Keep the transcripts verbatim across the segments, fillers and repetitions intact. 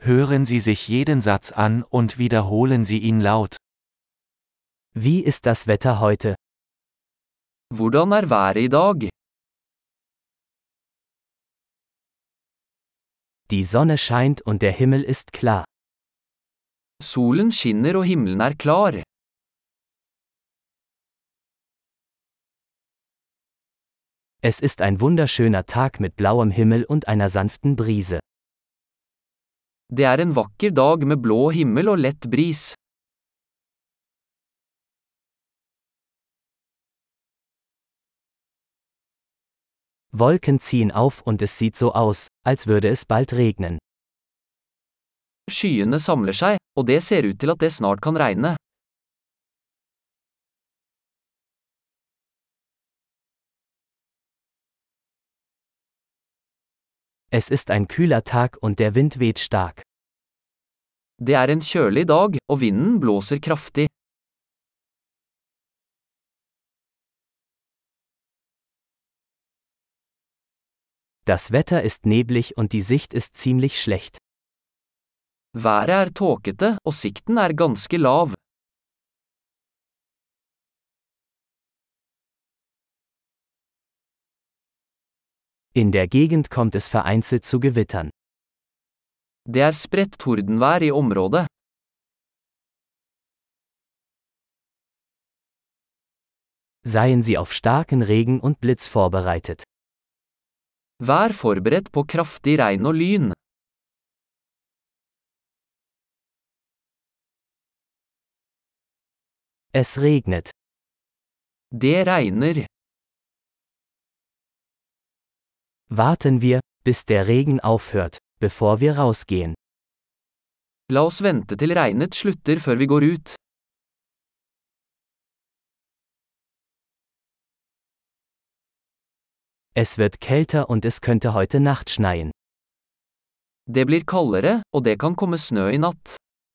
Hören Sie sich jeden Satz an und wiederholen Sie ihn laut. Wie ist das Wetter heute? Hvordan er været i dag? Die Sonne scheint und der Himmel ist klar. Solen skinner og himmelen er klar. Es ist ein wunderschöner Tag mit blauem Himmel und einer sanften Brise. Det er en vakker dag med blå himmel og lett bris. Wolken ziehen auf und es sieht so aus, als würde es bald regnen. Skyene samler seg, og det ser ut til at det snart kan regne. Es ist ein kühler Tag und der Wind weht stark. Det er en kjølig dag, og vinden blåser kraftig. Das Wetter ist neblig und die Sicht ist ziemlich schlecht. Været er tåkete, og sikten er ganske lav. In der Gegend kommt es vereinzelt zu Gewittern. Det er spredt tordenvær i området. Seien Sie auf starken Regen und Blitz vorbereitet. Vær forberedt på kraftig regn og lyn. Es regnet. Det regner. Warten wir, bis der Regen aufhört, bevor wir rausgehen. La oss vente til regnet slutter før vi går ut. Es wird kälter und es könnte heute Nacht schneien. Det blir kaldere, og det kan komme snø i natt.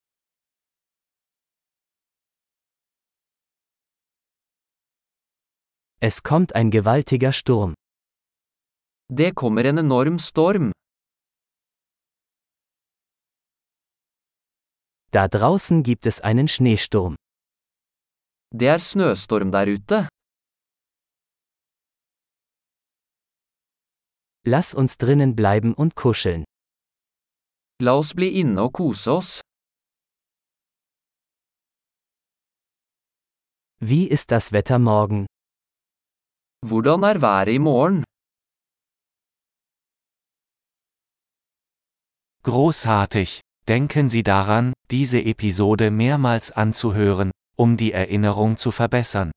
Es kommt ein gewaltiger Sturm. Det kommer en enorm storm. Da draußen gibt es einen Schneesturm. Det er snøstorm der ute. Lass uns drinnen bleiben und kuscheln. La oss bli inne og kose oss. Wie ist das Wetter morgen? Hvordan er været i morgen? Großartig! Denken Sie daran, diese Episode mehrmals anzuhören, um die Erinnerung zu verbessern.